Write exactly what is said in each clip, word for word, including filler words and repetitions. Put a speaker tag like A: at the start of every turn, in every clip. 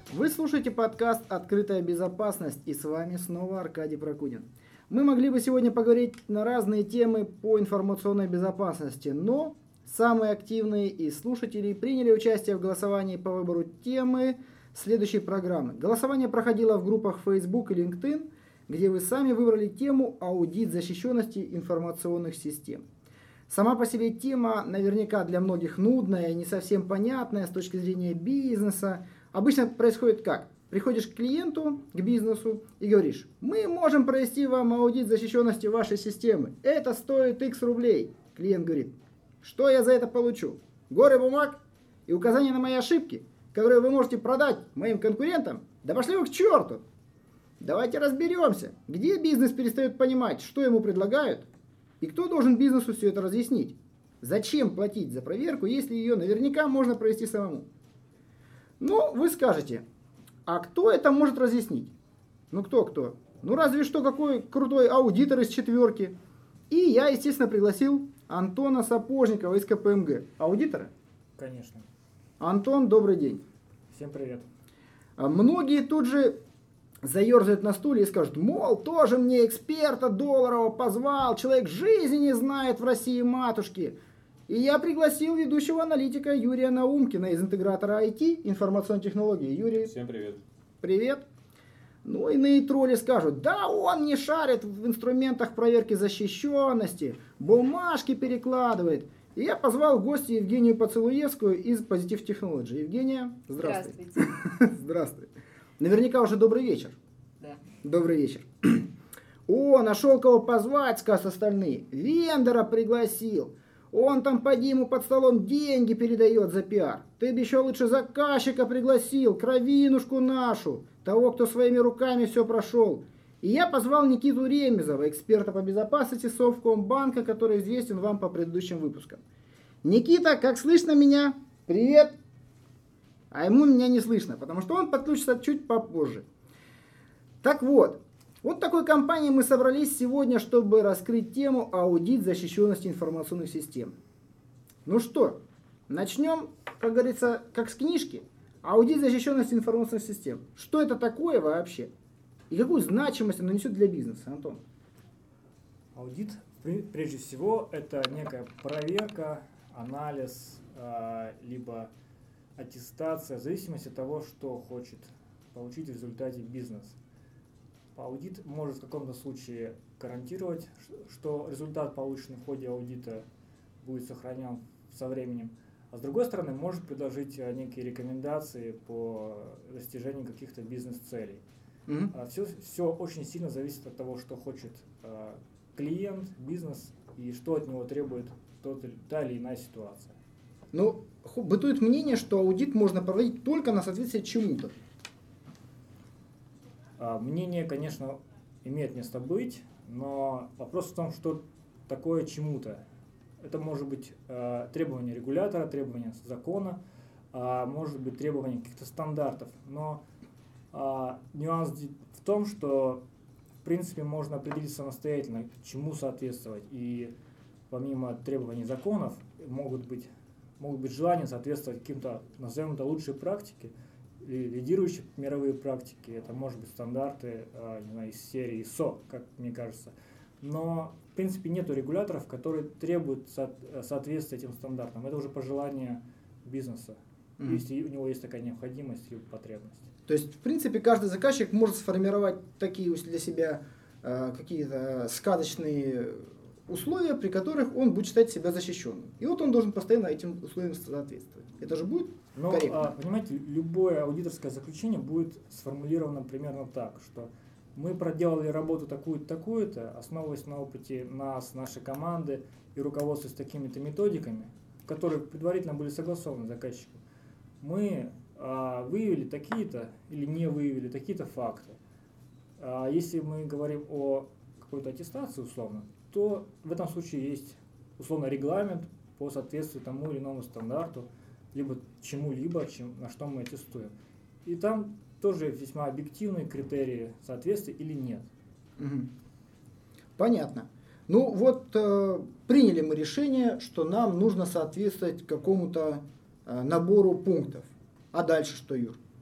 A: Вы слушаете подкаст «Открытая безопасность» и с вами снова Аркадий Прокудин. Мы могли бы сегодня поговорить на разные темы по информационной безопасности, но самые активные из слушателей приняли участие в голосовании по выбору темы следующей программы. Голосование проходило в группах Facebook и LinkedIn, где вы сами выбрали тему «Аудит защищенности информационных систем». Сама по себе тема наверняка для многих нудная и не совсем понятная с точки зрения бизнеса. Обычно происходит как? Приходишь к клиенту, к бизнесу и говоришь: мы можем провести вам аудит защищенности вашей системы. Это стоит X рублей. Клиент говорит: что я за это получу? Горы бумаг и указания на мои ошибки, которые вы можете продать моим конкурентам? Да пошли вы к черту! Давайте разберемся, где бизнес перестает понимать, что ему предлагают, и кто должен бизнесу все это разъяснить. Зачем платить за проверку, если ее наверняка можно провести самому? Ну, вы скажете, а кто это может разъяснить? Ну, кто-кто? Ну, разве что какой крутой аудитор из четверки. И я, естественно, пригласил Антона Сапожникова из ка пэ эм гэ. Аудитора?
B: Конечно.
A: Антон, добрый день.
B: Всем привет.
A: Многие тут же заерзают на стуле и скажут: мол, тоже мне эксперта долларового позвал, человек жизни не знает в России матушки. И я пригласил ведущего аналитика Юрия Наумкина из интегратора ай ти, информационной технологии. Юрий.
C: Всем привет.
A: Привет. Ну, иные тролли скажут: да он не шарит в инструментах проверки защищенности, бумажки перекладывает. И я позвал в гости Евгению Поцелуевскую из Positive Technology. Евгения, здравствуй.
D: Здравствуйте.
A: Здравствуй. Наверняка уже добрый вечер.
D: Да.
A: Добрый вечер. О, нашел кого позвать, скажут остальные. Вендора пригласил. Он там, поди, ему под столом деньги передает за пиар. Ты бы еще лучше заказчика пригласил, кровинушку нашу, того, кто своими руками все прошел. И я позвал Никиту Ремезова, эксперта по безопасности Совкомбанка, который известен вам по предыдущим выпускам. Никита, как слышно меня? Привет. А ему меня не слышно, потому что он подключится чуть попозже. Так вот. Вот такой компанией мы собрались сегодня, чтобы раскрыть тему аудит защищенности информационных систем. Ну что, начнем, как говорится, как с книжки. Аудит защищенности информационных систем. Что это такое вообще? И какую значимость оно несет для бизнеса, Антон?
B: Аудит, прежде всего, это некая проверка, анализ, либо аттестация, в зависимости от того, что хочет получить в результате бизнес. Аудит может в каком-то случае гарантировать, что результат, полученный в ходе аудита, будет сохранен со временем. А с другой стороны, может предложить некие рекомендации по достижению каких-то бизнес-целей. Mm-hmm. Все, все очень сильно зависит от того, что хочет клиент, бизнес и что от него требует тот, та или иная ситуация.
A: Ну, бытует мнение, что аудит можно проводить только на соответствие чему-то.
B: Мнение, конечно, имеет место быть, но вопрос в том, что такое чему-то. Это может быть э, требование регулятора, требование закона, э, может быть требование каких-то стандартов. Но э, нюанс в том, что в принципе можно определить самостоятельно, чему соответствовать. И помимо требований законов могут быть, могут быть желания соответствовать каким-то, назовем это, лучшей практике, лидирующие мировые практики. Это может быть стандарты не знаю, из серии ай эс о, как мне кажется. Но в принципе нету регуляторов, которые требуют со- соответствия этим стандартам. Это уже пожелание бизнеса, mm-hmm. если у него есть такая необходимость или потребность.
A: То есть в принципе каждый заказчик может сформировать такие для себя э, какие-то сказочные условия, при которых он будет считать себя защищенным. И вот он должен постоянно этим условиям соответствовать. Это же будет
B: Но,
A: корректно?
B: А, понимаете, любое аудиторское заключение будет сформулировано примерно так, что мы проделали работу такую-то, такую-то, основываясь на опыте нас, нашей команды и руководствуясь такими-то методиками, которые предварительно были согласованы с заказчиком. Мы а, выявили такие-то или не выявили такие-то факты. А, если мы говорим о какой-то аттестации условно, то в этом случае есть условно регламент по соответствию тому или иному стандарту, либо чему-либо, чем, на что мы аттестуем. И там тоже весьма объективные критерии соответствия или нет.
A: Угу. Понятно. Ну вот э, приняли мы решение, что нам нужно соответствовать какому-то э, набору пунктов. А дальше что, Юр?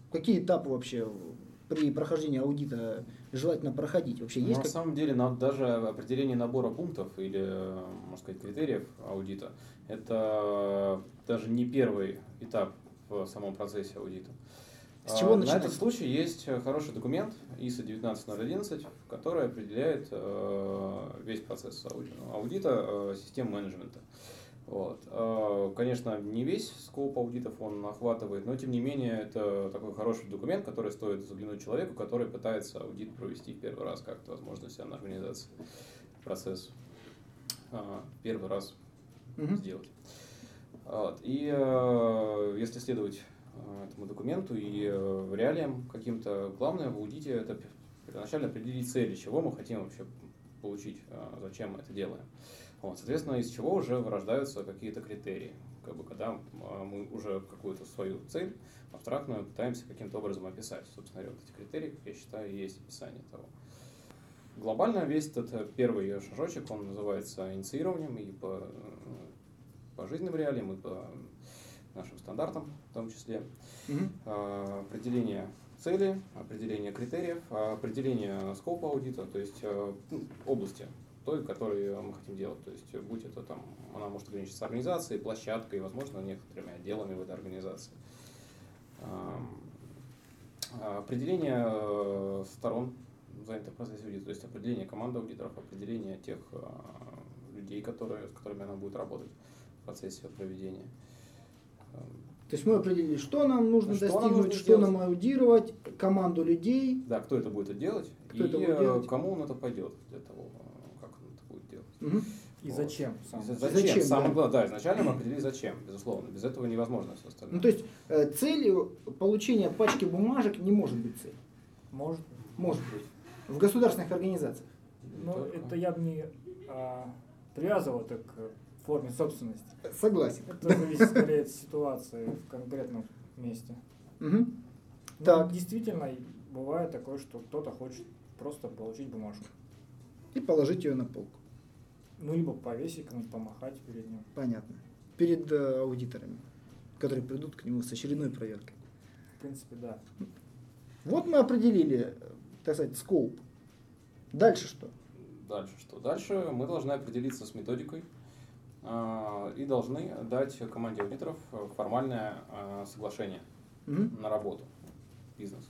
A: Какие этапы вообще при прохождении аудита желательно проходить? Вообще есть
C: На
A: как...
C: самом деле на- даже определение набора пунктов или, можно сказать, критериев аудита, это даже не первый этап в самом процессе аудита.
A: С чего
C: А, на
A: начинать?
C: этот случай есть хороший документ ай эс о девятнадцать ноль одиннадцать, который определяет э, весь процесс ауди- аудита э, систем менеджмента. Вот. Э, Конечно, не весь скоп аудитов он охватывает, но тем не менее это такой хороший документ, который стоит заглянуть человеку, который пытается аудит провести в первый раз, как-то, возможно, себя на организации процесс э, первый раз
A: Мгм.
C: сделать. Вот. И э, если следовать э, этому документу и э, реалиям каким-то, главное в аудите это п- первоначально определить цели, чего мы хотим вообще получить, э, зачем мы это делаем. Вот. Соответственно, из чего уже вырождаются какие-то критерии. Как бы, когда э, мы уже какую-то свою цель абстрактную пытаемся каким-то образом описать. Собственно говоря, вот эти критерии, как я считаю, и есть описание того. Глобально весь этот первый шажочек, он называется инициированием и по, по жизненным реалиям, и по нашим стандартам в том числе.
A: Мгм.
C: А, Определение цели, определение критериев, а определение скопа аудита, то есть а, ну, области той, которую мы хотим делать. То есть будь это там, она может ограничиться организацией, площадкой, возможно, некоторыми отделами в этой организации. А, Определение э, сторон занятых в процессе аудита, то есть определение команды аудиторов, определение тех э, людей, которые, с которыми она будет работать в процессе проведения.
A: То есть мы определили, что нам нужно
C: Что нам
A: достигнуть,
C: нужно
A: что
C: сделать.
A: нам аудировать, команду людей.
C: Да, кто это будет делать
A: Кто
C: и
A: это будет
C: э,
A: делать?
C: кому он это пойдет для того, э, как он это будет делать.
A: Мгм.
B: И
C: Вот.
B: зачем? сам?
C: И за-
A: Зачем,
C: Зачем?
A: да.
C: Самое главное, да, изначально мы определили зачем, безусловно. Без этого невозможно все остальное.
A: Ну, то есть э, целью получения пачки бумажек не может быть цель.
B: Может.
A: Может быть. В государственных организациях.
B: Но
C: Только.
B: это я бы не а, привязывал это к форме собственности.
A: Согласен.
B: Это зависит скорее от ситуации в конкретном месте.
A: Мгм.
B: Ну,
A: Так.
B: действительно, бывает такое, что кто-то хочет просто получить бумажку.
A: И положить ее на полку.
B: Ну, либо повесить, кому-то помахать перед ним.
A: Понятно. Перед э, аудиторами, которые придут к нему с очередной проверкой.
B: В принципе, да.
A: Вот мы определили, э, так сказать, скоуп. Дальше что?
C: Дальше что? Дальше мы должны определиться с методикой э, и должны дать команде аудиторов формальное э, соглашение
A: Мгм.
C: на работу. Бизнес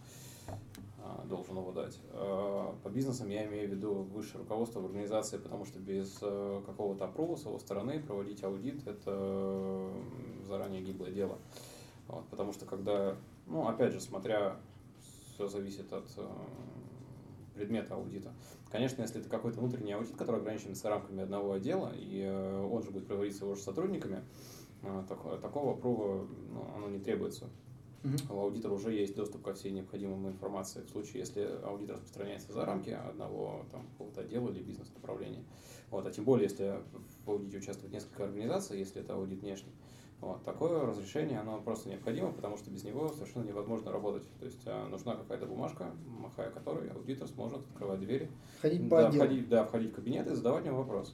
C: э, должен его дать. Э, по бизнесам я имею в виду высшее руководство в организации, потому что без э, какого-то аппрува с его стороны проводить аудит – это э, заранее гиблое дело. Вот, потому что когда, ну опять же, смотря, все зависит от э, предмета аудита. Конечно, если это какой-то внутренний аудит, который ограничивается рамками одного отдела, и э, он же будет проводиться его же сотрудниками, э, так- такого аппрува, ну, оно не требуется.
A: Мгм.
C: У аудитора уже есть доступ ко всей необходимой информации в случае, если аудит распространяется за рамки одного там, какого-то отдела или бизнес-направления. Вот, а тем более, если в аудите участвует несколько организаций, если это аудит внешний. Вот, такое разрешение, оно просто необходимо, потому что без него совершенно невозможно работать. То есть а, нужна какая-то бумажка, махая которой аудитор сможет открывать двери,
A: Ходить по
C: да,
A: отделам.
C: входить, да, входить в кабинет и задавать ему вопросы.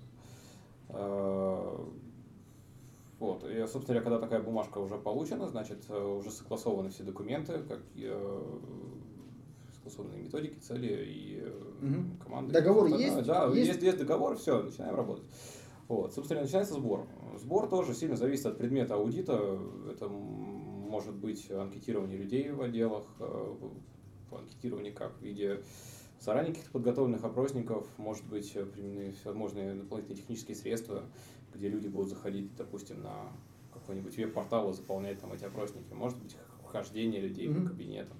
C: А, Вот. И, собственно говоря, когда такая бумажка уже получена, значит, уже согласованы все документы, как и, э, согласованные методики, цели и э,
A: Мгм.
C: команды.
A: Договор
C: Да,
A: есть?
C: Да,
A: Есть?
C: есть, есть договор, все, начинаем работать. Вот. Собственно, начинается сбор. Сбор тоже сильно зависит от предмета аудита. Это м, может быть анкетирование людей в отделах, э, анкетирование как в виде заранее каких-то подготовленных опросников, может быть применены всевозможные дополнительные технические средства, где люди будут заходить, допустим, на какой-нибудь веб-портал и заполнять там эти опросники. Может быть вхождение людей
A: Мгм.
C: по кабинетам.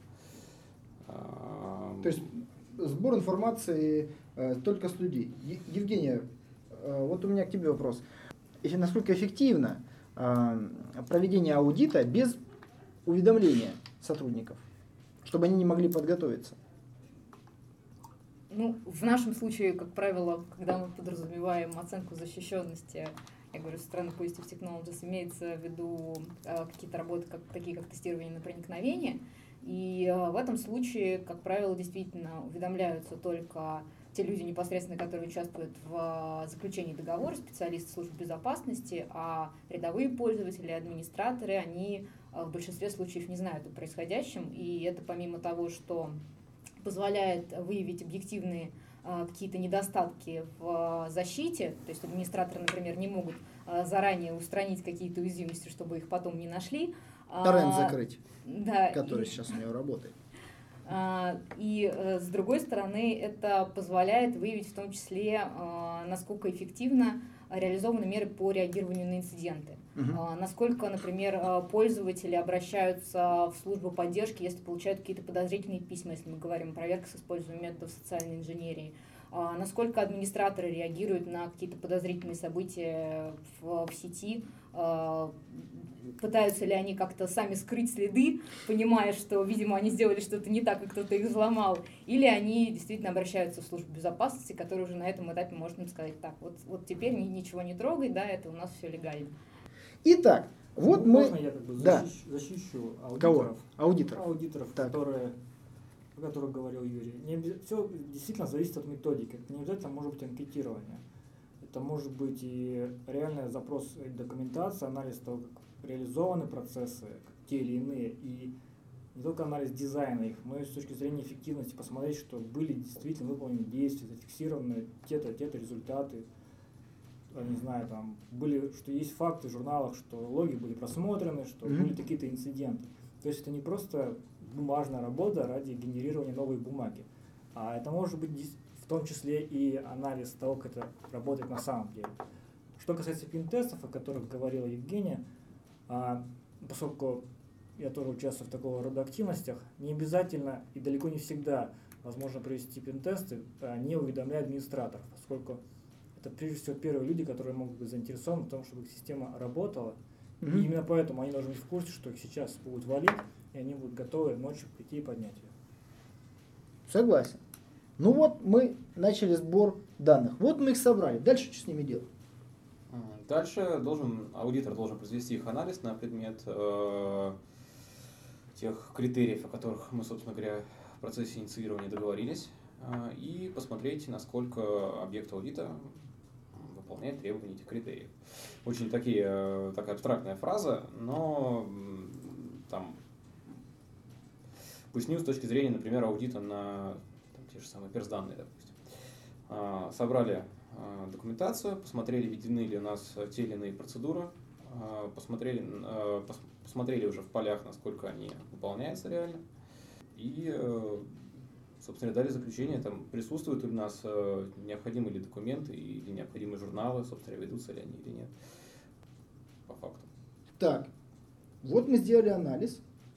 C: А,
A: То есть сбор информации э, только с людей. Е- Евгения, э, вот у меня к тебе вопрос. Если насколько эффективно э, проведение аудита без уведомления сотрудников, чтобы они не могли подготовиться?
D: Ну, в нашем случае, как правило, когда мы подразумеваем оценку защищенности, я говорю, со стороны Positive Technologies, имеется в виду э, какие-то работы, как, такие как тестирование на проникновение. И э, в этом случае, как правило, действительно уведомляются только те люди непосредственно, которые участвуют в заключении договора, специалисты службы безопасности, а рядовые пользователи, администраторы, они в большинстве случаев не знают о происходящем, и это помимо того, что позволяет выявить объективные какие-то недостатки в защите, то есть администраторы, например, не могут заранее устранить какие-то уязвимости, чтобы их потом не нашли.
A: Торрент закрыть,
D: да,
A: который
D: и,
A: сейчас у него работает.
D: И с другой стороны, это позволяет выявить в том числе, насколько эффективно реализованы меры по реагированию на инциденты. Uh-huh. Насколько, например, пользователи обращаются в службу поддержки, если получают какие-то подозрительные письма, если мы говорим о проверках с использованием методов социальной инженерии. Насколько администраторы реагируют на какие-то подозрительные события в, в сети, пытаются ли они как-то сами скрыть следы, понимая, что, видимо, они сделали что-то не так, и кто-то их взломал, или они действительно обращаются в службу безопасности, которая уже на этом этапе может им сказать: так, вот, вот теперь ничего не трогай, да, это у нас все легально.
A: Итак, вот
B: ну,
A: мы...
B: Можно я как бы
A: да.
B: защищу, защищу аудиторов?
A: Кого? Аудиторов.
B: Аудиторов,
A: так.
B: которые, о которых говорил Юрий. Не обяз... Все действительно зависит от методики. Это не обязательно может быть анкетирование. Это может быть и реальный запрос документации, анализ того, как реализованы процессы, те или иные, и не только анализ дизайна их, но и с точки зрения эффективности посмотреть, что были действительно выполнены действия, зафиксированы те-то, те-то результаты, я не знаю, там были, что есть факты в журналах, что логи были просмотрены, что mm-hmm. были какие-то инциденты. То есть это не просто бумажная работа ради генерирования новой бумаги, а это может быть в том числе и анализ того, как это работает на самом деле. Что касается пин-тестов, о которых говорила Евгения, А, поскольку я тоже участвую в такого рода активностях, не обязательно и далеко не всегда возможно провести пин-тесты, а, не уведомляя администраторов, поскольку это прежде всего первые люди, которые могут быть заинтересованы в том, чтобы их система работала. Mm-hmm. И именно поэтому они должны быть в курсе, что их сейчас будут валить, и они будут готовы ночью прийти и поднять ее.
A: Согласен. Ну вот мы начали сбор данных. Вот мы их собрали. Дальше что с ними делать?
C: Дальше должен, аудитор должен произвести их анализ на предмет э, тех критериев, о которых мы, собственно говоря, в процессе инициирования договорились, э, и посмотреть, насколько объект аудита выполняет требования этих критериев. Очень такие, э, такая абстрактная фраза, но э, там поясню с точки зрения, например, аудита на там, те же самые перс-данные, допустим. Э, собрали документацию, посмотрели, введены ли у нас те или иные процедуры, посмотрели, посмотрели уже в полях, насколько они выполняются реально, и, собственно, дали заключение, там, присутствуют ли у нас необходимые ли документы или необходимые журналы, собственно, ведутся ли они или нет, по факту.
A: Так, вот мы сделали анализ,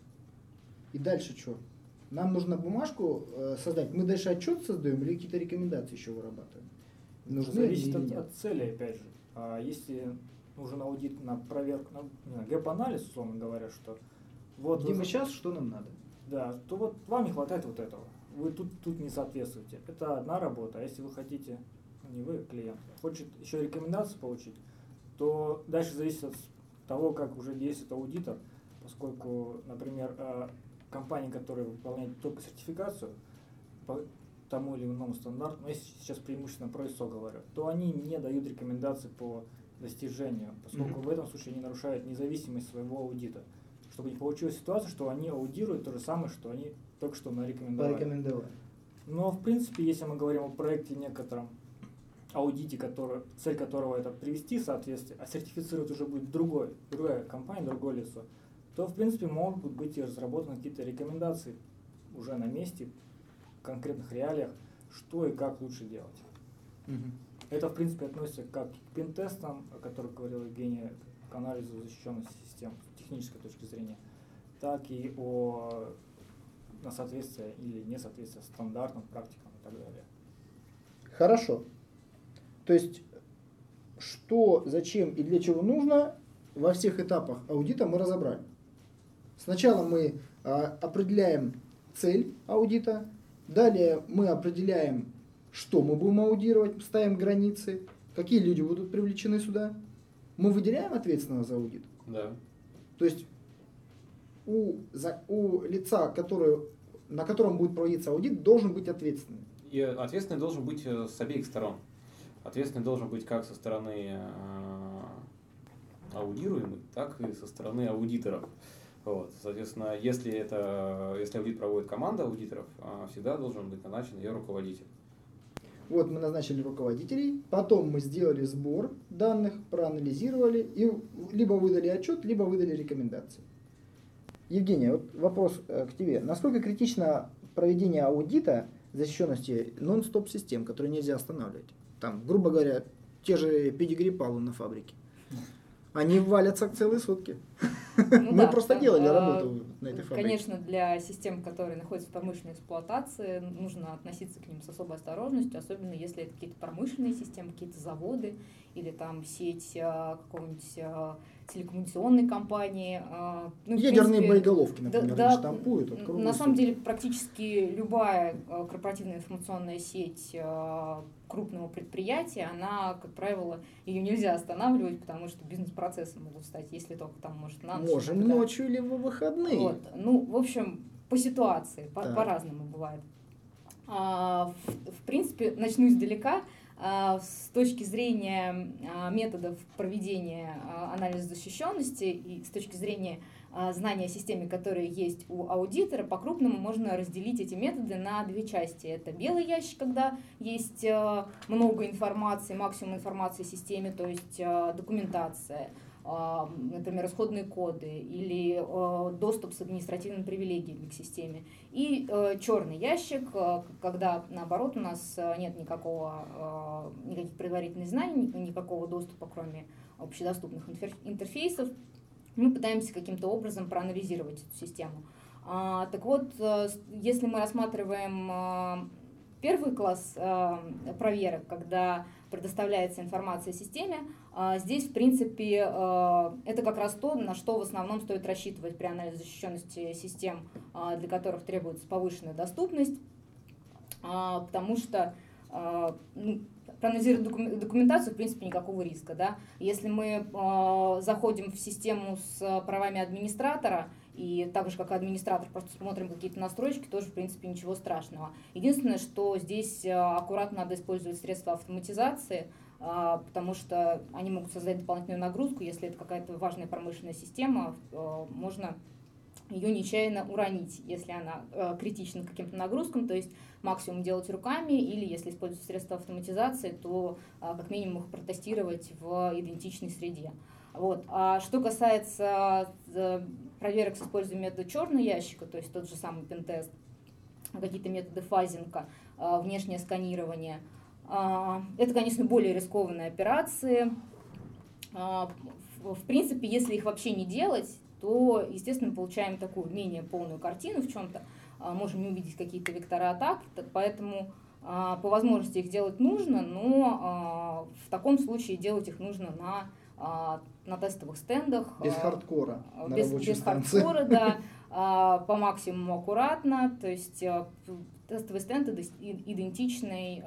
A: и дальше что? Нам нужно бумажку создать, мы дальше отчет создаем или какие-то рекомендации еще вырабатываем?
B: Нужно зависит от, от цели, опять же. А если нужен аудит на проверку, на гэп-анализ, условно говоря, что вот
A: где
B: вы,
A: мы сейчас, что нам надо?
B: Да, то вот вам не хватает вот этого. Вы тут, тут не соответствуете. Это одна работа. А если вы хотите, не вы, клиент, хочет еще рекомендации получить, то дальше зависит от того, как уже действует аудитор, поскольку, например, компании, которые выполняют только сертификацию, тому или иному стандарту, но если сейчас преимущественно про ай эс о говорю, то они не дают рекомендаций по достижению, поскольку mm-hmm. в этом случае они нарушают независимость своего аудита. Чтобы не получилась ситуация, что они аудируют то же самое, что они только что нарекомендовали.
A: Порекомендовали.
B: Но в принципе, если мы говорим о проекте некотором, аудите, который, цель которого это привести в соответствие, а сертифицировать уже будет другой, другая компания, другое лицо, то в принципе могут быть и разработаны какие-то рекомендации уже на месте, конкретных реалиях, что и как лучше делать.
A: Uh-huh.
B: Это, в принципе, относится как к пин-тестам, о которых говорила Евгения, к анализу защищенности систем с технической точки зрения, так и о на соответствие или несоответствие стандартам, практикам и так далее.
A: Хорошо. То есть, что, зачем и для чего нужно, во всех этапах аудита мы разобрали. Сначала мы а, определяем цель аудита, далее мы определяем, что мы будем аудировать, ставим границы, какие люди будут привлечены сюда. Мы выделяем ответственного за аудит.
C: Да.
A: То есть у, за, у лица, который, на котором будет проводиться аудит, должен быть ответственный.
C: И ответственный должен быть с обеих сторон. Ответственный должен быть как со стороны аудируемых, так и со стороны аудиторов. Вот. Соответственно, если, это, если аудит проводит команда аудиторов, всегда должен быть назначен ее руководитель.
A: Вот мы назначили руководителей, потом мы сделали сбор данных, проанализировали и либо выдали отчет, либо выдали рекомендации. Евгения, вот вопрос к тебе. Насколько критично проведение аудита защищенности нон-стоп систем, которые нельзя останавливать? Там, грубо говоря, те же педигри-палы на фабрике. Они валятся целые сутки.
D: Ну,
A: Мы
D: да,
A: просто
D: да,
A: делали
D: а,
A: работу на этой фабрике.
D: Конечно, для систем, которые находятся в промышленной эксплуатации, нужно относиться к ним с особой осторожностью, особенно если это какие-то промышленные системы, какие-то заводы или там сеть а, какого-нибудь а, телекоммуникационной компании. А, ну,
A: Ядерные
D: принципе,
A: боеголовки, например,
D: да,
A: штампуют.
D: да, на самом деле практически любая а, корпоративная информационная сеть а, крупного предприятия, она, как правило, ее нельзя останавливать, потому что бизнес-процессы могут стать, если только там может на ночь.
A: Можем
D: иногда.
A: ночью или в выходные.
D: Вот. Ну, в общем, по ситуации, по-
A: Так.
D: по-разному бывает. А, в, в принципе, начну издалека. А, с точки зрения а, методов проведения а, анализа защищенности и с точки зрения а, знания о системе, которые есть у аудитора, по-крупному можно разделить эти методы на две части. Это белый ящик, когда есть а, много информации, максимум информации в системе, то есть а, документация, а, например, исходные коды или а, доступ с административными привилегиями к системе. И а, черный ящик, а, когда наоборот у нас а, нет никакого, а, никаких предварительных знаний, ни- никакого доступа, кроме общедоступных интерфе- интерфейсов. Мы пытаемся каким-то образом проанализировать эту систему. А, так вот, а, с- если мы рассматриваем а, первый класс а, проверок, когда предоставляется информация о системе, а, здесь, в принципе, а, это как раз то, на что в основном стоит рассчитывать при анализе защищенности систем, а, для которых требуется повышенная доступность, а, потому что а, ну, проанализировать докум- документацию, в принципе, никакого риска. Да? Если мы а, заходим в систему с правами администратора, и так же, как и администратор, просто смотрим какие-то настройки, тоже, в принципе, ничего страшного. Единственное, что здесь а, аккуратно надо использовать средства автоматизации, а, потому что они могут создать дополнительную нагрузку. Если это какая-то важная промышленная система, а, можно ее нечаянно уронить, если она э, критична к каким-то нагрузкам, то есть максимум делать руками, или если использовать средства автоматизации, то э, как минимум их протестировать в идентичной среде. Вот. А что касается э, проверок с использованием метода черного ящика, то есть тот же самый пентест, какие-то методы фазинга, э, внешнее сканирование, э, это, конечно, более рискованные операции. Э, в, в принципе, если их вообще не делать, то, естественно, мы получаем такую менее полную картину в чем-то, можем не увидеть какие-то вектора атак, поэтому по возможности их делать нужно, но в таком случае делать их нужно на, на тестовых стендах.
A: Без хардкора, на
D: без,
A: рабочей
D: без
A: станции.
D: хардкора, да, по максимуму аккуратно, то есть тестовый стенд идентичной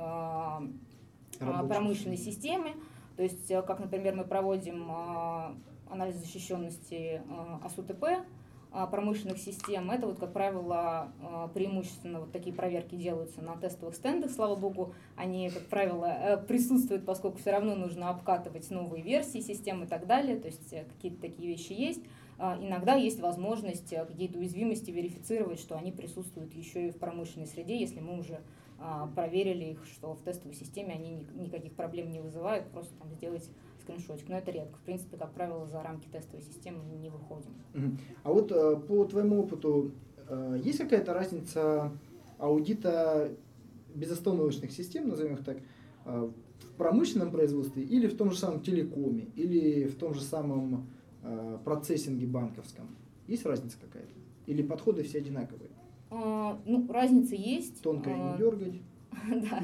A: Рабочей
D: промышленной системе, то есть, как, например, мы проводим анализ защищенности АСУТП промышленных систем, это вот, как правило, преимущественно вот такие проверки делаются на тестовых стендах, слава богу, они, как правило, присутствуют, поскольку все равно нужно обкатывать новые версии систем и так далее, то есть какие-то такие вещи есть. Иногда есть возможность какие-то уязвимости верифицировать, что они присутствуют еще и в промышленной среде, если мы уже проверили их, что в тестовой системе они никаких проблем не вызывают, просто там сделать скриншотик. Но это редко. В принципе, как правило, за рамки тестовой системы мы не выходим.
A: А вот по твоему опыту, есть какая-то разница аудита безостановочных систем, назовем их так, в промышленном производстве или в том же самом телекоме, или в том же самом процессинге банковском? Есть разница какая-то? Или подходы все одинаковые?
D: Ну, разница есть.
A: Тонко не дергать.
D: Да.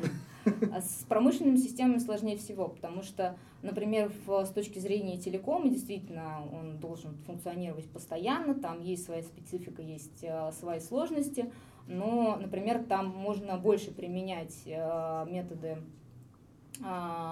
D: С промышленными системами сложнее всего, потому что, например, с точки зрения телекома, действительно, он должен функционировать постоянно, там есть своя специфика, есть свои сложности, но, например, там можно больше применять методы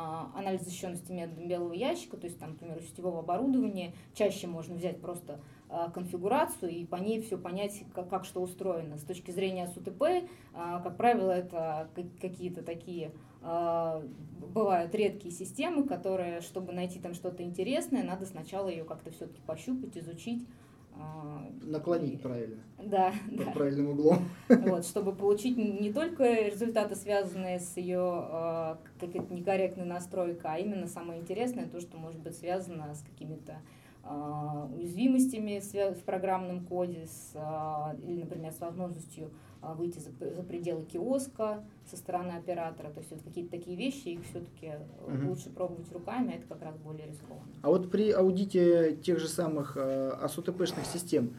D: анализа защищенности методом белого ящика, то есть, там, например, у сетевого оборудования чаще можно взять просто конфигурацию и по ней все понять, как, как что устроено. С точки зрения эс ю тэ пэ, как правило, это какие-то такие бывают редкие системы, которые, чтобы найти там что-то интересное, надо сначала ее как-то все-таки пощупать, изучить.
A: Наклонить правильно.
D: Да,
A: под
D: да.
A: правильным углом.
D: Вот, чтобы получить не только результаты, связанные с ее какой-то некорректной настройкой, а именно самое интересное, то, что может быть связано с какими-то уязвимостями в программном коде, с, или, например, с возможностью выйти за, за пределы киоска со стороны оператора. То есть вот какие-то такие вещи, их все-таки угу. лучше пробовать руками, а это как раз более рискованно.
A: А вот при аудите тех же самых эс ю тэ пэ-шных систем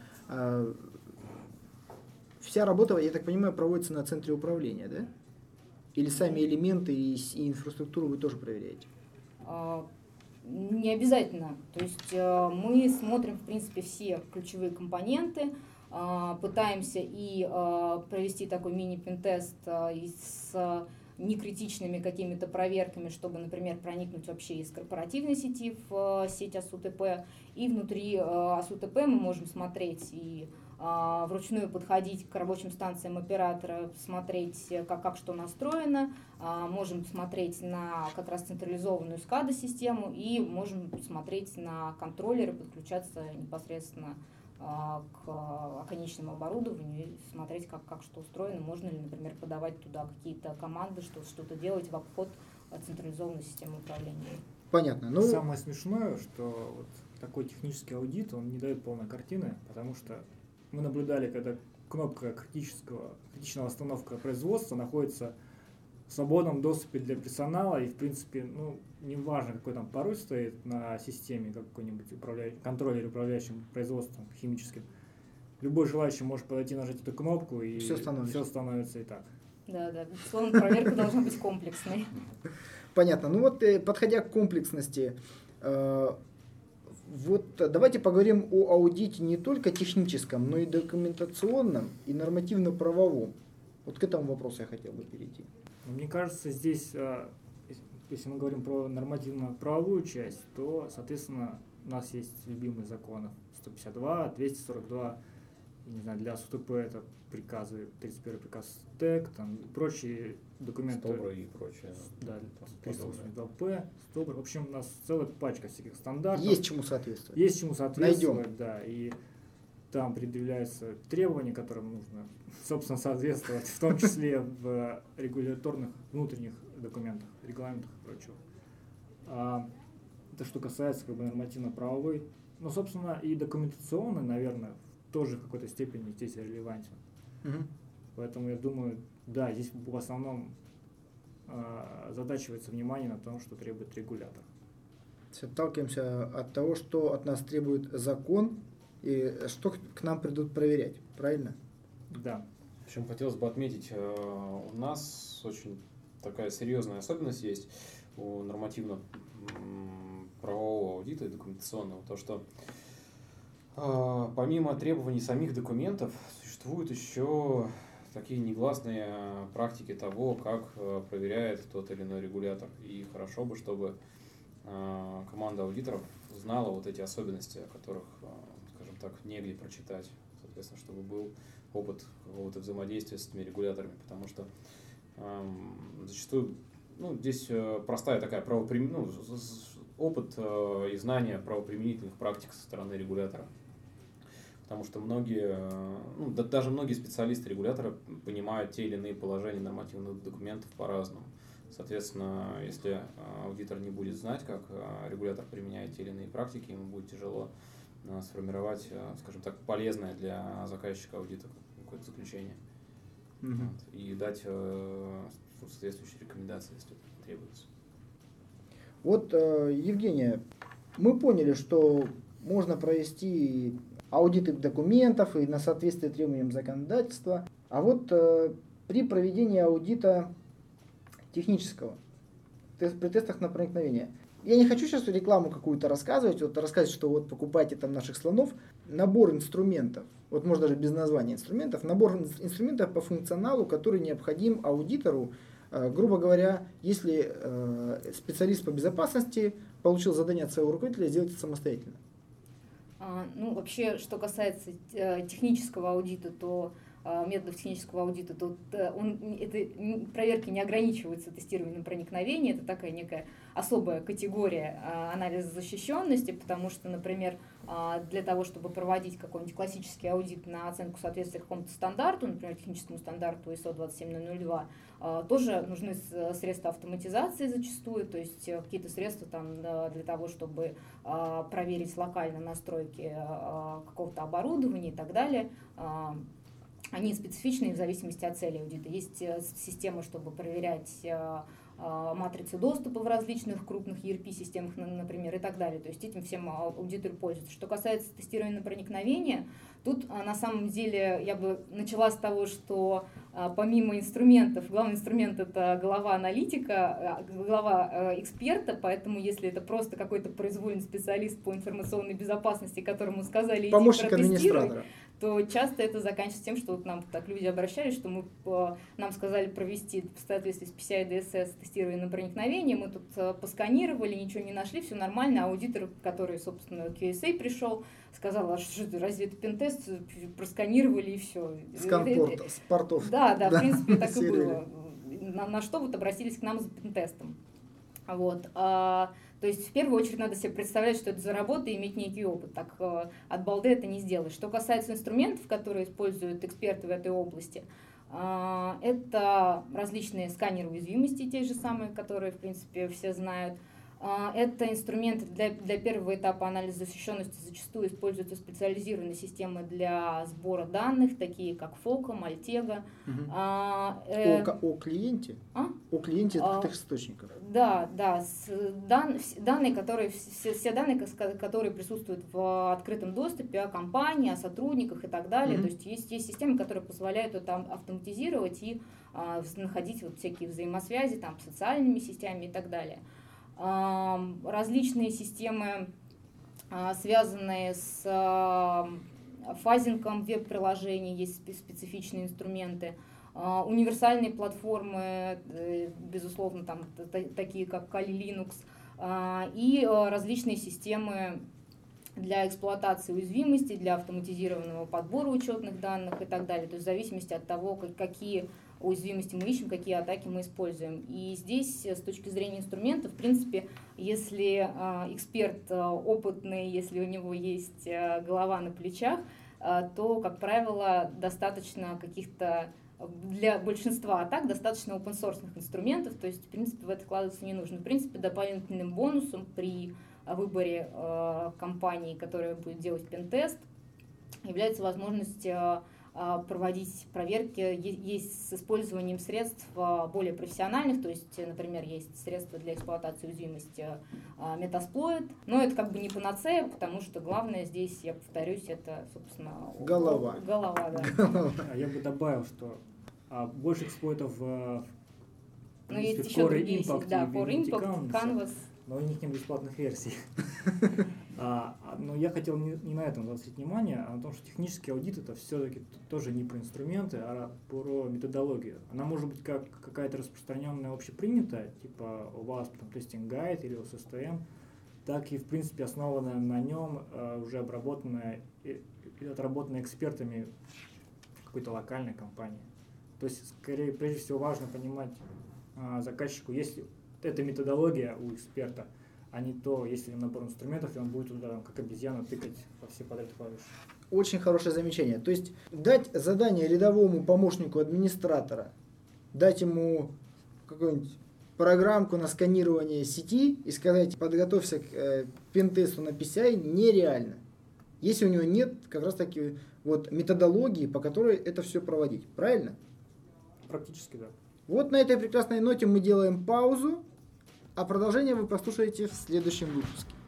A: вся работа, я так понимаю, проводится на центре управления, да? Или сами элементы и, и инфраструктуру вы тоже проверяете?
D: Не обязательно. То есть мы смотрим, в принципе, все ключевые компоненты, пытаемся и провести такой мини-пентест с некритичными какими-то проверками, чтобы, например, проникнуть вообще из корпоративной сети в сеть эс ю тэ пэ. И внутри эс ю тэ пэ мы можем смотреть и вручную подходить к рабочим станциям оператора, смотреть, как, как что настроено, можем смотреть на как раз централизованную скада-систему и можем смотреть на контроллеры, подключаться непосредственно к конечному оборудованию и смотреть, как, как что устроено, можно ли, например, подавать туда какие-то команды, что, что-то делать в обход централизованной системы управления.
A: Понятно. Ну...
B: Самое смешное, что вот такой технический аудит, он не дает полной картины, потому что мы наблюдали, когда кнопка критического, критичного остановка производства находится в свободном доступе для персонала, и, в принципе, ну, неважно, какой там пароль стоит на системе, какой-нибудь управляющий, контроллер, управляющим производством химическим, любой желающий может подойти, нажать эту кнопку, и все становится, все становится и так.
D: Да, да, безусловно, проверка должна быть комплексной.
A: Понятно. Ну вот, подходя к комплексности, вот давайте поговорим о аудите не только техническом, но и документационном и нормативно-правовом. Вот к этому вопросу я хотел бы перейти.
B: Мне кажется, здесь, если мы говорим про нормативно-правовую часть, то, соответственно, у нас есть любимые законы сто пятьдесят два, двести сорок два, не знаю, для эс ю тэ пэ это приказы, тридцать первый приказ ТЭК, там прочие документы.
C: Стобра и прочее.
B: Да, триста восемьдесят два пэ, Стобра. В общем, у нас целая пачка всяких стандартов.
A: Есть чему соответствовать.
B: Есть чему соответствовать,
A: Найдем.
B: Да. И там предъявляются требования, которым нужно, собственно, соответствовать, в том числе в регуляторных внутренних документах, регламентах и прочего. А, это что касается как бы нормативно-правовой. Но, собственно, и документационный, наверное, тоже в какой-то степени здесь релевантен.
A: Угу.
B: Поэтому я думаю, да, здесь в основном э, задачивается внимание на том, что требует регулятор.
A: Отталкиваемся от того, что от нас требует закон и что к нам придут проверять, правильно?
B: Да.
C: В общем, хотелось бы отметить, у нас очень такая серьезная особенность есть у нормативно-правового аудита и документационного, то что помимо требований самих документов существуют еще такие негласные практики того, как проверяет тот или иной регулятор. И хорошо бы, чтобы команда аудиторов знала вот эти особенности, о которых, скажем так, негде прочитать. Соответственно, чтобы был опыт какого-то взаимодействия с этими регуляторами, потому что эм, зачастую, ну, здесь простая такая правоприм... ну, опыт э, и знание правоприменительных практик со стороны регулятора. Потому что многие, ну, да, даже многие специалисты регулятора понимают те или иные положения нормативных документов по-разному. Соответственно, если аудитор не будет знать, как регулятор применяет те или иные практики, ему будет тяжело сформировать, скажем так, полезное для заказчика аудита какое-то заключение. Mm-hmm. Вот, и дать соответствующие рекомендации, если это требуется.
A: Вот, Евгения, мы поняли, что можно провести аудиты документов и на соответствие требованиям законодательства. А вот э, при проведении аудита технического, тест, при тестах на проникновение, я не хочу сейчас рекламу какую-то рассказывать, вот рассказывать, что вот покупайте там наших слонов, набор инструментов, вот можно даже без названия инструментов, набор инструментов по функционалу, который необходим аудитору, э, грубо говоря, если э, специалист по безопасности получил задание от своего руководителя сделать это самостоятельно.
D: А, ну, вообще, что касается э, технического аудита, то э, методов технического аудита, то э, он, это, проверки не ограничиваются тестированием проникновения, это такая некая особая категория э, анализа защищенности, потому что, например, э, для того, чтобы проводить какой-нибудь классический аудит на оценку соответствия какому-то стандарту, например, техническому стандарту ай эс о двадцать семь ноль ноль два, э, тоже нужны средства автоматизации зачастую, то есть э, какие-то средства там, да, для того, чтобы э, проверить локально настройки э, какого-то оборудования и так далее. Э, они специфичны в зависимости от цели аудита. Есть э, система, чтобы проверять э, матрицы доступа в различных крупных и эр пи-системах, например, и так далее. То есть этим всем аудиторы пользуются. Что касается тестирования на проникновение, тут на самом деле я бы начала с того, что помимо инструментов, главный инструмент — это голова аналитика, голова эксперта, поэтому если это просто какой-то произвольный специалист по информационной безопасности, которому сказали: иди протестируй, то часто это заканчивается тем, что вот нам так люди обращались, что мы, нам сказали провести в соответствии с пи си ай ди эс эс тестирование на проникновение, мы тут посканировали, ничего не нашли, все нормально, а аудитор, который, собственно, кью эс эй пришел, сказал: а что, разве это пентест, просканировали и все.
A: Скан портов.
D: Да, да, в принципе, так и было. На, на что вот обратились к нам за пентестом. Вот. А, то есть в первую очередь надо себе представлять, что это за работа, и иметь некий опыт. Так а, от балды это не сделаешь. Что касается инструментов, которые используют эксперты в этой области, а, это различные сканеры уязвимостей, те же самые, которые, в принципе, все знают. Это инструменты для, для первого этапа анализа защищенности, зачастую используются специализированные системы для сбора данных, такие как фока, Мальтега.
A: Угу.
D: А, э,
A: о, о клиенте?
D: А?
A: О клиенте открытых а, источников.
D: Да, да. С, дан, данные, которые, все, все данные, которые присутствуют в открытом доступе о компании, о сотрудниках и так далее. Угу. То есть есть, есть системы, которые позволяют это автоматизировать и а, находить вот всякие взаимосвязи там, с социальными сетями и так далее. Различные системы, связанные с фазингом веб-приложений, есть специфичные инструменты. Универсальные платформы, безусловно, там, такие как Kali Linux, и различные системы для эксплуатации уязвимостей, для автоматизированного подбора учетных данных и так далее. То есть в зависимости от того, какие уязвимости мы ищем, какие атаки мы используем. И здесь, с точки зрения инструмента, в принципе, если э, эксперт э, опытный, если у него есть э, голова на плечах, э, то, как правило, достаточно каких-то, для большинства атак достаточно open-source инструментов, то есть, в принципе, в это вкладываться не нужно. В принципе, дополнительным бонусом при выборе э, компании, которая будет делать пентест, является возможность э, проводить проверки есть с использованием средств более профессиональных, то есть, например, есть средства для эксплуатации уязвимости Metasploit, но это как бы не панацея, потому что главное здесь, я повторюсь, это, собственно,
A: голова.
D: Голова, да.
B: Голова. Я бы добавил, что а, больше эксплойтов в,
D: ну, есть еще другие,
B: Impact,
D: да, Core Impact, Canvas.
B: Но у них нет бесплатных версий. а, но я хотел не, не на этом заострить внимание, а на том, что технический аудит — это все-таки тоже не про инструменты, а про методологию. Она может быть как какая-то распространенная, общепринятая, типа у вас там Testing Guide или о эс эс ти эм, так и, в принципе, основанная на нем, а, уже обработанная и, и отработанная экспертами в какой-то локальной компании. То есть, скорее, прежде всего, важно понимать а, заказчику, если это методология у эксперта, а не то, если набор инструментов, и он будет туда, как обезьяна, тыкать во все подряд клавиши.
A: Очень хорошее замечание. То есть дать задание рядовому помощнику администратора, дать ему какую-нибудь программку на сканирование сети и сказать: подготовься к э, пентесту на пи си ай, нереально. Если у него нет как раз таки вот методологии, по которой это все проводить. Правильно?
B: Практически, да.
A: Вот на этой прекрасной ноте мы делаем паузу, а продолжение вы послушаете в следующем выпуске.